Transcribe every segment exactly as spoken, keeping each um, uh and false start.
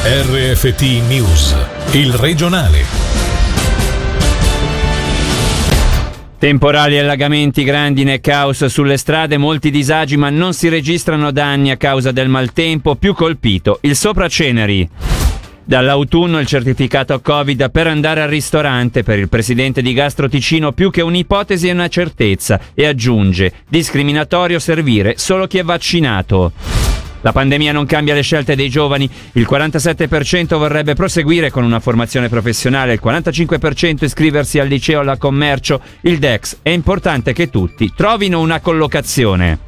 R F T News, il regionale. Temporali, allagamenti, grandine e caos sulle strade, molti disagi ma non si registrano danni a causa del maltempo. Più colpito il Sopraceneri. Dall'autunno il certificato Covid per andare al ristorante. Per il presidente di Gastro Ticino più che un'ipotesi è una certezza, e aggiunge: discriminatorio servire solo chi è vaccinato. La pandemia non cambia le scelte dei giovani. Il quarantasette per cento vorrebbe proseguire con una formazione professionale, il quarantacinque per cento iscriversi al liceo o alla commercio. Il D E X è importante che tutti trovino una collocazione.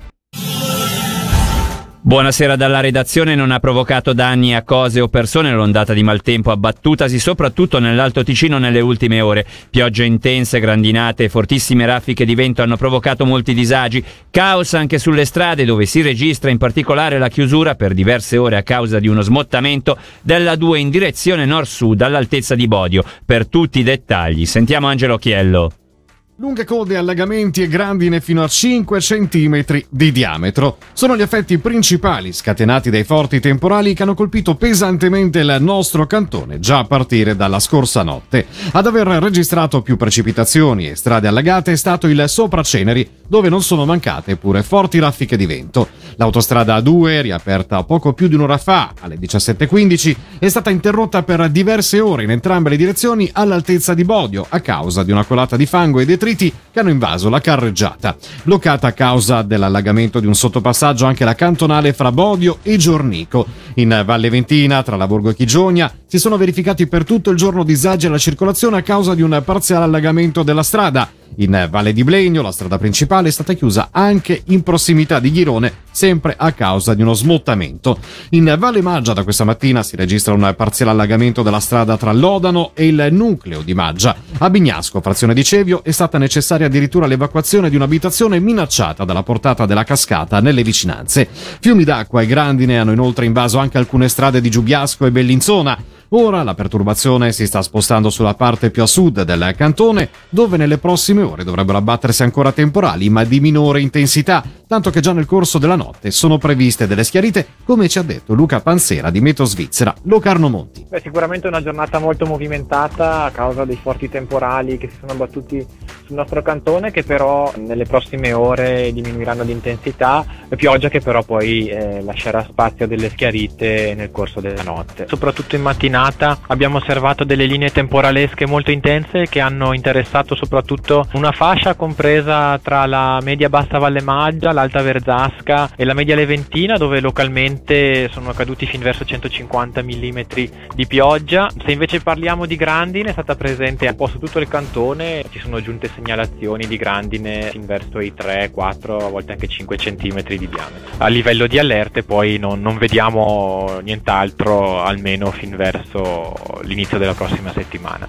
Buonasera dalla redazione. Non ha provocato danni a cose o persone l'ondata di maltempo abbattutasi soprattutto nell'Alto Ticino nelle ultime ore. Piogge intense, grandinate e fortissime raffiche di vento hanno provocato molti disagi. Caos anche sulle strade, dove si registra in particolare la chiusura per diverse ore a causa di uno smottamento della A due in direzione nord-sud all'altezza di Bodio. Per tutti i dettagli sentiamo Angelo Chiello. Lunghe code, allagamenti e grandine fino a cinque centimetri di diametro. Sono gli effetti principali scatenati dai forti temporali che hanno colpito pesantemente il nostro cantone già a partire dalla scorsa notte. Ad aver registrato più precipitazioni e strade allagate è stato il Sopraceneri, dove non sono mancate pure forti raffiche di vento. L'autostrada A due, riaperta poco più di un'ora fa, alle diciassette e quindici, è stata interrotta per diverse ore in entrambe le direzioni all'altezza di Bodio a causa di una colata di fango e detriti che hanno invaso la carreggiata. Bloccata a causa dell'allagamento di un sottopassaggio anche la cantonale fra Bodio e Giornico. In Valle Ventina, tra Laborgo e Chigionia, si sono verificati per tutto il giorno disagi alla circolazione a causa di un parziale allagamento della strada. In Valle di Blegno la strada principale è stata chiusa anche in prossimità di Ghirone, sempre a causa di uno smottamento. In Valle Maggia da questa mattina si registra un parziale allagamento della strada tra Lodano e il nucleo di Maggia. A Bignasco, frazione di Cevio, è stata necessaria addirittura l'evacuazione di un'abitazione minacciata dalla portata della cascata nelle vicinanze. Fiumi d'acqua e grandine hanno inoltre invaso anche alcune strade di Giubiasco e Bellinzona. Ora la perturbazione si sta spostando sulla parte più a sud del cantone, dove nelle prossime ore dovrebbero abbattersi ancora temporali, ma di minore intensità, tanto che già nel corso della notte sono previste delle schiarite, come ci ha detto Luca Pansera di Meteo Svizzera, Locarno Monti. Beh, sicuramente una giornata molto movimentata a causa dei forti temporali che si sono abbattuti sul nostro cantone, che però nelle prossime ore diminuiranno di intensità, pioggia che però poi eh, lascerà spazio a delle schiarite nel corso della notte. Soprattutto in mattinata abbiamo osservato delle linee temporalesche molto intense che hanno interessato soprattutto una fascia compresa tra la media bassa Valle Maggia, l'Alta Verzasca e la media Leventina, dove localmente sono caduti fin verso centocinquanta millimetri di pioggia. Se invece parliamo di grandine, è stata presente un po' su tutto il cantone, ci sono giunte segnalazioni di grandine fin verso i tre, quattro, a volte anche cinque centimetri di diametro. A livello di allerte poi non, non vediamo nient'altro, almeno fin verso l'inizio della prossima settimana.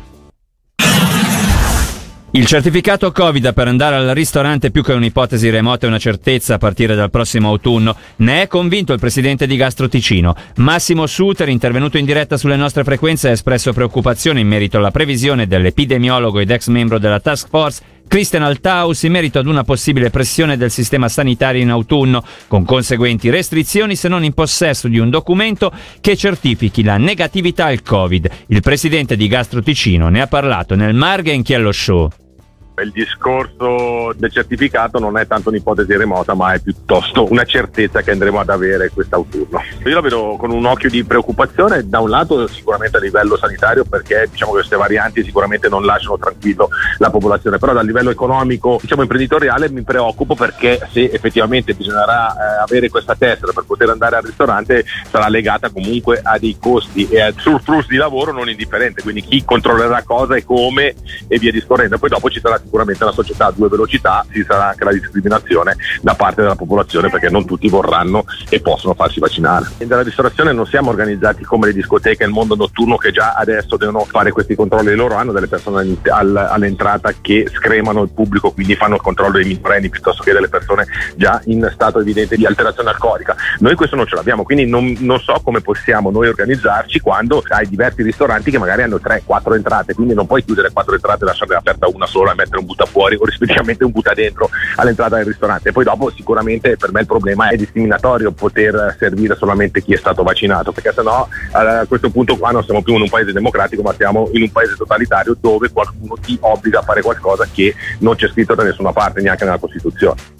Il certificato Covid per andare al ristorante più che un'ipotesi remota è una certezza a partire dal prossimo autunno. Ne è convinto il presidente di Gastro Ticino. Massimo Suter, intervenuto in diretta sulle nostre frequenze, ha espresso preoccupazione in merito alla previsione dell'epidemiologo ed ex membro della task force Christian Althaus in merito ad una possibile pressione del sistema sanitario in autunno, con conseguenti restrizioni se non in possesso di un documento che certifichi la negatività al Covid. Il presidente di Gastro Ticino ne ha parlato nel Marghe in Chiello Show. Il discorso del certificato non è tanto un'ipotesi remota, ma è piuttosto una certezza che andremo ad avere quest'autunno. Io la vedo con un occhio di preoccupazione, da un lato sicuramente a livello sanitario, perché diciamo che queste varianti sicuramente non lasciano tranquillo la popolazione, però dal livello economico, diciamo imprenditoriale, mi preoccupo, perché se effettivamente bisognerà eh, avere questa tessera per poter andare al ristorante, sarà legata comunque a dei costi e a surplus di lavoro non indifferente, quindi chi controllerà cosa e come e via discorrendo. Poi dopo ci sarà sicuramente una società a due velocità, ci sarà anche la discriminazione da parte della popolazione, perché non tutti vorranno e possono farsi vaccinare. Nella ristorazione non siamo organizzati come le discoteche e il mondo notturno, che già adesso devono fare questi controlli. Loro hanno delle persone all'entrata che scremano il pubblico, quindi fanno il controllo dei minorenni piuttosto che delle persone già in stato evidente di alterazione alcolica. Noi questo non ce l'abbiamo, quindi non, non so come possiamo noi organizzarci quando hai diversi ristoranti che magari hanno tre quattro entrate, quindi non puoi chiudere quattro entrate e lasciarne aperta una sola e mettere essere un butta fuori o rispettivamente un butta dentro all'entrata del ristorante. E poi dopo sicuramente per me il problema è discriminatorio poter servire solamente chi è stato vaccinato, perché sennò a questo punto qua non siamo più in un paese democratico ma siamo in un paese totalitario dove qualcuno ti obbliga a fare qualcosa che non c'è scritto da nessuna parte, neanche nella Costituzione.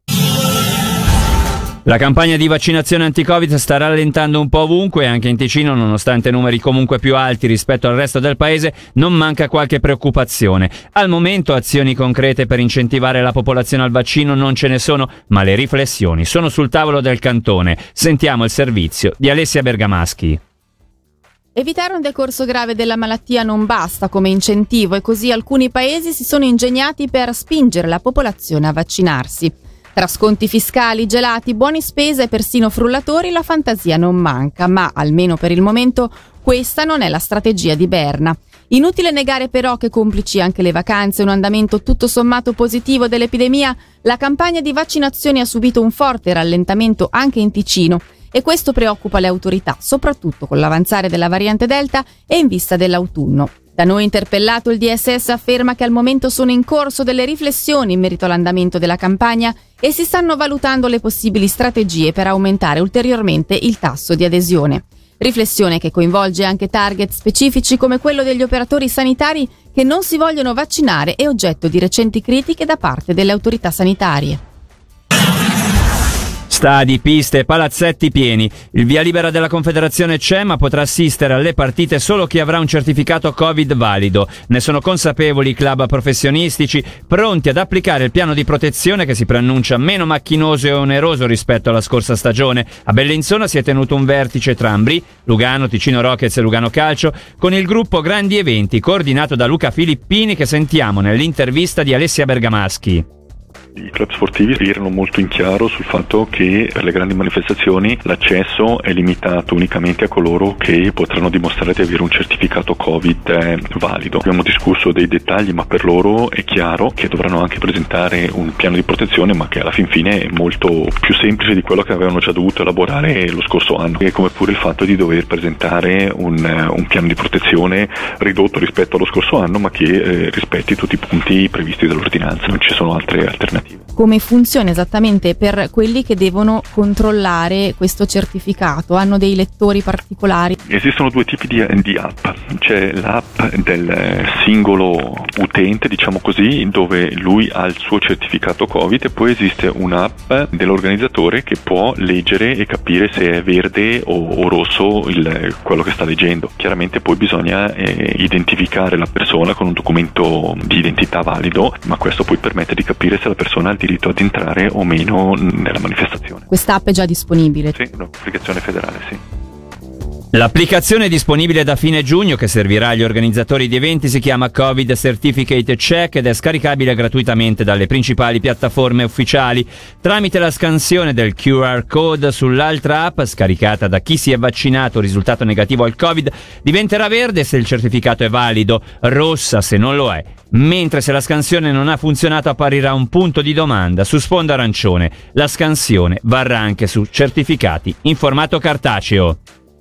La campagna di vaccinazione anti-Covid sta rallentando un po' ovunque, anche in Ticino, nonostante numeri comunque più alti rispetto al resto del paese, non manca qualche preoccupazione. Al momento azioni concrete per incentivare la popolazione al vaccino non ce ne sono, ma le riflessioni sono sul tavolo del cantone. Sentiamo il servizio di Alessia Bergamaschi. Evitare un decorso grave della malattia non basta come incentivo e così alcuni paesi si sono ingegnati per spingere la popolazione a vaccinarsi. Tra sconti fiscali, gelati, buoni spese e persino frullatori la fantasia non manca, ma almeno per il momento questa non è la strategia di Berna. Inutile negare però che complici anche le vacanze e un andamento tutto sommato positivo dell'epidemia, la campagna di vaccinazioni ha subito un forte rallentamento anche in Ticino e questo preoccupa le autorità, soprattutto con l'avanzare della variante Delta e in vista dell'autunno. Da noi interpellato il D S S afferma che al momento sono in corso delle riflessioni in merito all'andamento della campagna e si stanno valutando le possibili strategie per aumentare ulteriormente il tasso di adesione. Riflessione che coinvolge anche target specifici come quello degli operatori sanitari che non si vogliono vaccinare e oggetto di recenti critiche da parte delle autorità sanitarie. Stadi, piste e palazzetti pieni. Il via libera della Confederazione c'è, ma potrà assistere alle partite solo chi avrà un certificato Covid valido. Ne sono consapevoli i club professionistici, pronti ad applicare il piano di protezione che si preannuncia meno macchinoso e oneroso rispetto alla scorsa stagione. A Bellinzona si è tenuto un vertice tra Ambrì, Lugano, Ticino Rockets e Lugano Calcio, con il gruppo Grandi Eventi, coordinato da Luca Filippini, che sentiamo nell'intervista di Alessia Bergamaschi. I club sportivi erano molto in chiaro sul fatto che per le grandi manifestazioni l'accesso è limitato unicamente a coloro che potranno dimostrare di avere un certificato Covid valido. Abbiamo discusso dei dettagli, ma per loro è chiaro che dovranno anche presentare un piano di protezione, ma che alla fin fine è molto più semplice di quello che avevano già dovuto elaborare lo scorso anno, e come pure il fatto di dover presentare un, un piano di protezione ridotto rispetto allo scorso anno, ma che eh, rispetti tutti i punti previsti dall'ordinanza. Non ci sono altre alternative. Come funziona esattamente per quelli che devono controllare questo certificato? Hanno dei lettori particolari? Esistono due tipi di, di app. C'è l'app del singolo utente, diciamo così, dove lui ha il suo certificato Covid, e poi esiste un'app dell'organizzatore che può leggere e capire se è verde o, o rosso il, quello che sta leggendo. Chiaramente poi bisogna eh, identificare la persona con un documento di identità valido, ma questo poi permette di capire se la persona ha il diritto ad entrare o meno nella manifestazione. Quest'app è già disponibile? Sì, un'applicazione federale, sì. L'applicazione è disponibile da fine giugno, che servirà agli organizzatori di eventi, si chiama Covid Certificate Check ed è scaricabile gratuitamente dalle principali piattaforme ufficiali. Tramite la scansione del Q R code sull'altra app, scaricata da chi si è vaccinato risultato negativo al Covid, diventerà verde se il certificato è valido, rossa se non lo è, mentre se la scansione non ha funzionato apparirà un punto di domanda su sfondo arancione. La scansione varrà anche su certificati in formato cartaceo.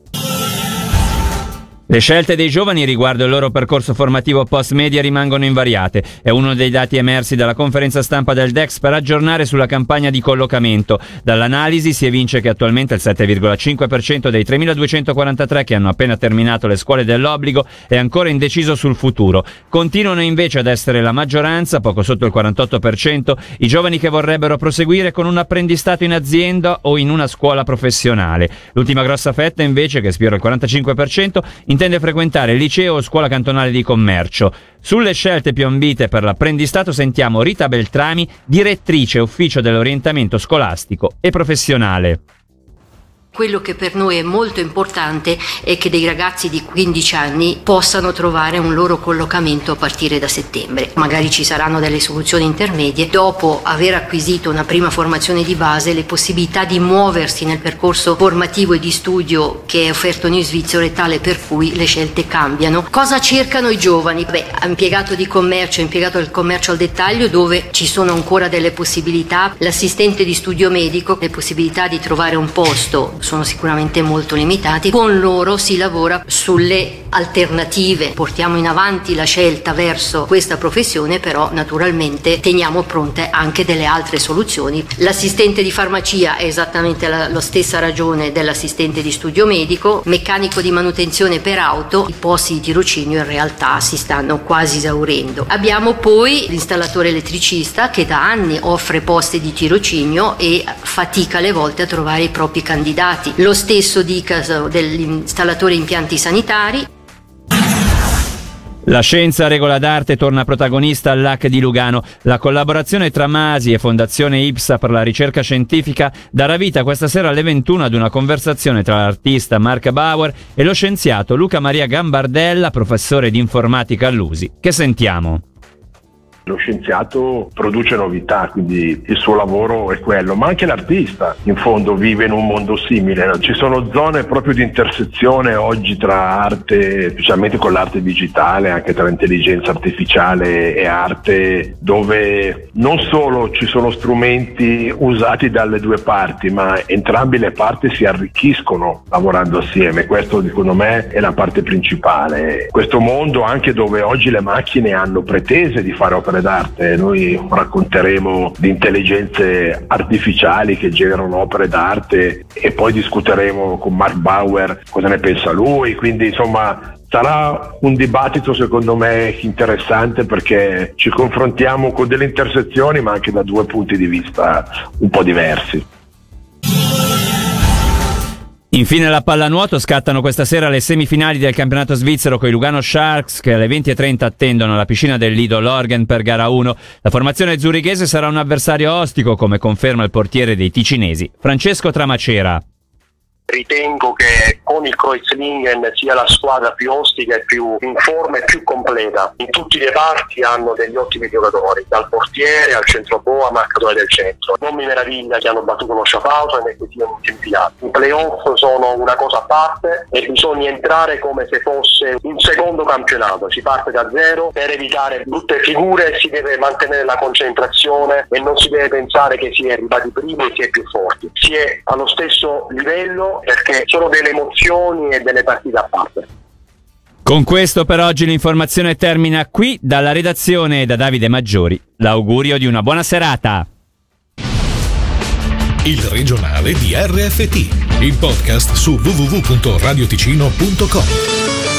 Le scelte dei giovani riguardo il loro percorso formativo post-media rimangono invariate. È uno dei dati emersi dalla conferenza stampa del D E X per aggiornare sulla campagna di collocamento. Dall'analisi si evince che attualmente il sette virgola cinque per cento dei tremiladuecentoquarantatré che hanno appena terminato le scuole dell'obbligo è ancora indeciso sul futuro. Continuano invece ad essere la maggioranza, poco sotto il quarantotto per cento, i giovani che vorrebbero proseguire con un apprendistato in azienda o in una scuola professionale. L'ultima grossa fetta invece, che sfiora il quarantacinque per cento, intende frequentare liceo o scuola cantonale di commercio. Sulle scelte più ambite per l'apprendistato sentiamo Rita Beltrami, direttrice ufficio dell'orientamento scolastico e professionale. Quello che per noi è molto importante è che dei ragazzi di quindici anni possano trovare un loro collocamento a partire da settembre. Magari ci saranno delle soluzioni intermedie. Dopo aver acquisito una prima formazione di base, le possibilità di muoversi nel percorso formativo e di studio che è offerto in Svizzera è tale per cui le scelte cambiano. Cosa cercano i giovani? Beh, impiegato di commercio, impiegato del commercio al dettaglio, dove ci sono ancora delle possibilità, l'assistente di studio medico, le possibilità di trovare un posto sono sicuramente molto limitati. Con loro si lavora sulle alternative, portiamo in avanti la scelta verso questa professione, però naturalmente teniamo pronte anche delle altre soluzioni. L'assistente di farmacia è esattamente la, la stessa ragione dell'assistente di studio medico, meccanico di manutenzione per auto. I posti di tirocinio in realtà si stanno quasi esaurendo. Abbiamo poi l'installatore elettricista che da anni offre posti di tirocinio e fatica alle volte a trovare i propri candidati. Lo stesso dicasi dell'installatore impianti sanitari. La scienza regola d'arte torna protagonista all'A C di Lugano. La collaborazione tra Masi e Fondazione IPSA per la ricerca scientifica darà vita questa sera alle ventuno ad una conversazione tra l'artista Mark Bauer e lo scienziato Luca Maria Gambardella, professore di informatica all'U S I. Che sentiamo? Lo scienziato produce novità, quindi il suo lavoro è quello, ma anche l'artista in fondo vive in un mondo simile, no? Ci sono zone proprio di intersezione oggi tra arte, specialmente con l'arte digitale, anche tra intelligenza artificiale e arte, dove non solo ci sono strumenti usati dalle due parti, ma entrambe le parti si arricchiscono lavorando assieme. Questo secondo me è la parte principale. Questo mondo anche dove oggi le macchine hanno pretese di fare opere d'arte, noi racconteremo di intelligenze artificiali che generano opere d'arte e poi discuteremo con Mark Bauer cosa ne pensa lui, quindi insomma sarà un dibattito secondo me interessante perché ci confrontiamo con delle intersezioni ma anche da due punti di vista un po' diversi. Infine la pallanuoto, scattano questa sera le semifinali del campionato svizzero con i Lugano Sharks che alle venti e trenta attendono la piscina del Lido Lorgen per gara uno. La formazione zurighese sarà un avversario ostico, come conferma il portiere dei ticinesi, Francesco Tramacera. Ritengo che con il Kreuzlingen sia la squadra più ostica e più in forma e più completa. In tutti i reparti hanno degli ottimi giocatori, dal portiere al centroboa, marcatore del centro. Non mi meraviglia che hanno battuto lo Schaffhausen e che siano intempiati. I playoff sono una cosa a parte e bisogna entrare come se fosse un secondo campionato. Si parte da zero per evitare brutte figure, si deve mantenere la concentrazione e non si deve pensare che si è arrivati primi e si è più forti. Si è allo stesso livello perché sono delle emozioni e delle partite a parte. Con questo per oggi l'informazione termina qui. Dalla redazione e da Davide Maggiori l'augurio di una buona serata. Il regionale di R F T, il podcast su w w w punto radioticino punto com.